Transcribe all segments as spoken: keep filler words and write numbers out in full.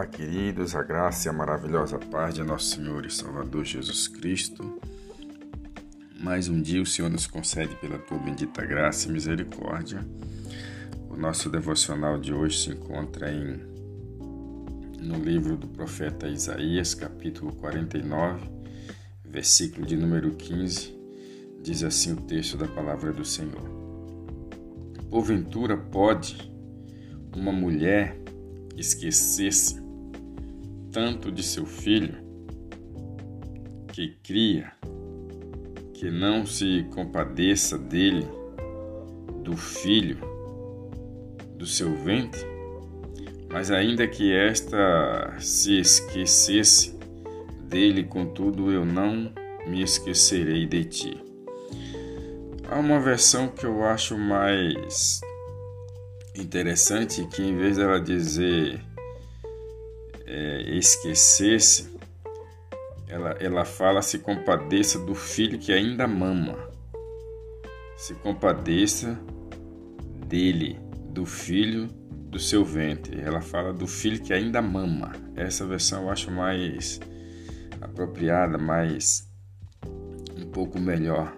queridos, a graça e a maravilhosa paz de nosso Senhor e Salvador Jesus Cristo. Mais um dia o Senhor nos concede pela tua bendita graça e misericórdia. O nosso devocional de hoje se encontra em, no livro do profeta Isaías, capítulo quarenta e nove, versículo de número quinze, diz assim o texto da palavra do Senhor. Porventura pode uma mulher esquecer-se tanto de seu filho que cria, que não se compadeça dele, do filho do seu ventre? Mas ainda que esta se esquecesse dele, contudo eu não me esquecerei de ti. Há uma versão que eu acho mais interessante, que em vez dela dizer é, esquecer-se, ela, ela fala se compadeça do filho que ainda mama. Se compadeça dele, do filho do seu ventre. Ela fala do filho que ainda mama. Essa versão eu acho mais apropriada, mais um pouco melhor.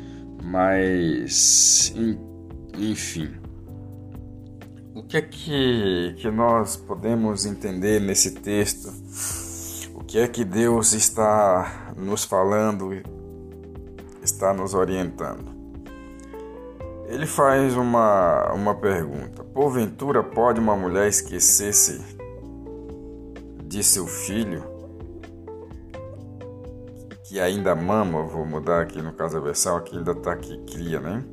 Mas, enfim. O que é que, que nós podemos entender nesse texto? O que é que Deus está nos falando, está nos orientando? Ele faz uma, uma pergunta. Porventura pode uma mulher esquecer-se de seu filho que ainda mama? Vou mudar aqui no caso a versão, aqui ainda está aqui cria, né?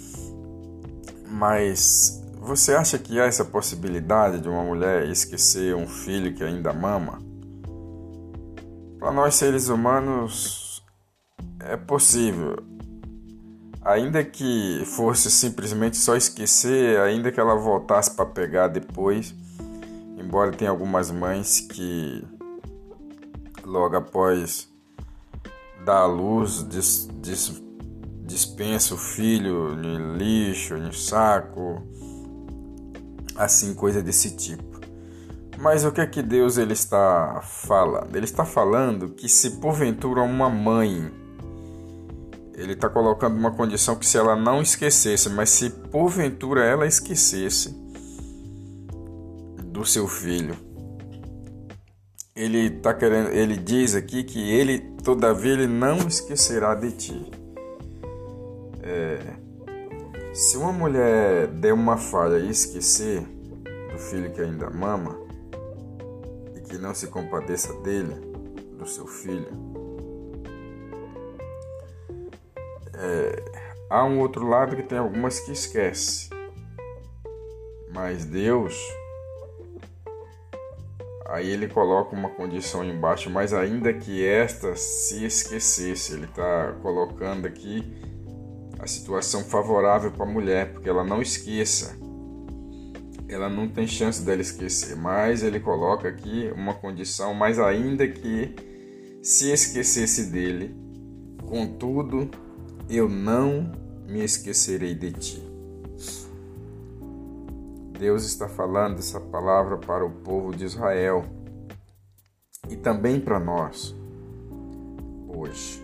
Mas você acha que há essa possibilidade de uma mulher esquecer um filho que ainda mama? Para nós seres humanos é possível. Ainda que fosse simplesmente só esquecer, ainda que ela voltasse para pegar depois, embora tenha algumas mães que logo após dar à luz dis, dis, dispensa o filho em lixo, em saco, assim, coisa desse tipo. Mas o que é que Deus ele está falando? Ele está falando que se porventura uma mãe, ele está colocando uma condição que se ela não esquecesse, mas se porventura ela esquecesse do seu filho, ele tá querendo, ele diz aqui que ele, todavia, ele não esquecerá de ti. É, se uma mulher der uma falha e esquecer do filho que ainda mama, e que não se compadeça dele, do seu filho, é, há um outro lado que tem algumas que esquece. Mas Deus, aí ele coloca uma condição embaixo, mas ainda que esta se esquecesse, ele está colocando aqui a situação favorável para a mulher, porque ela não esqueça, ela não tem chance dela esquecer, mas ele coloca aqui uma condição, mas ainda que se esquecesse dele, contudo eu não me esquecerei de ti. Deus está falando essa palavra para o povo de Israel e também para nós hoje.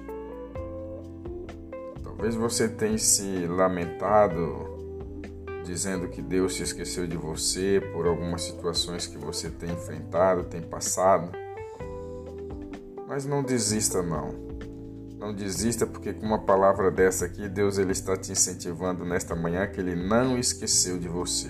Talvez você tenha se lamentado dizendo que Deus se esqueceu de você por algumas situações que você tem enfrentado, tem passado. Mas não desista não. Não desista, porque com uma palavra dessa aqui, Deus ele está te incentivando nesta manhã que ele não esqueceu de você.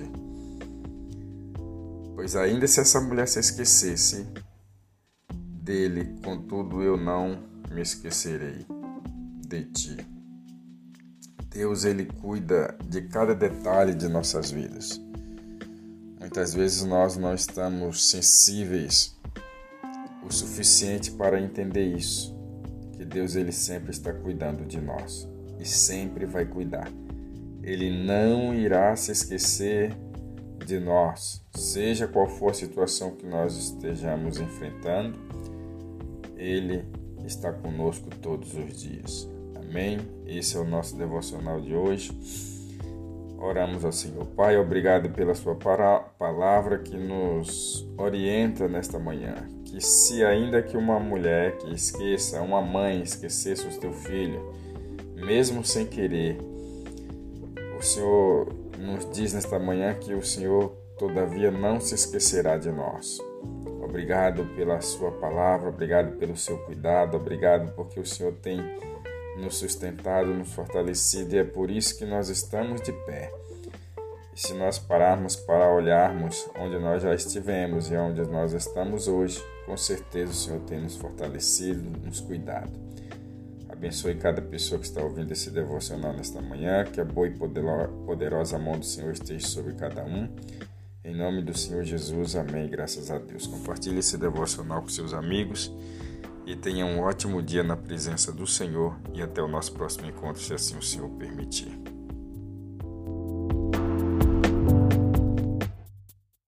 Pois ainda se essa mulher se esquecesse dele, contudo eu não me esquecerei de ti. Deus ele cuida de cada detalhe de nossas vidas. Muitas vezes nós não estamos sensíveis o suficiente para entender isso, que Deus ele sempre está cuidando de nós e sempre vai cuidar. Ele não irá se esquecer de nós, seja qual for a situação que nós estejamos enfrentando, ele está conosco todos os dias. Amém? Esse é o nosso devocional de hoje. Oramos ao Senhor. Pai, obrigado pela sua palavra que nos orienta nesta manhã. Que se ainda que uma mulher que esqueça, uma mãe esquecesse o teu filho, mesmo sem querer, o Senhor nos diz nesta manhã que o Senhor, todavia, não se esquecerá de nós. Obrigado pela sua palavra, obrigado pelo seu cuidado, obrigado porque o Senhor tem nos sustentado, nos fortalecido, e é por isso que nós estamos de pé. E se nós pararmos para olharmos onde nós já estivemos e onde nós estamos hoje, com certeza o Senhor tem nos fortalecido, nos cuidado. Abençoe cada pessoa que está ouvindo esse devocional nesta manhã, que a boa e poderosa mão do Senhor esteja sobre cada um. Em nome do Senhor Jesus, amém. Graças a Deus. Compartilhe esse devocional com seus amigos e tenha um ótimo dia na presença do Senhor, e até o nosso próximo encontro, se assim o Senhor permitir.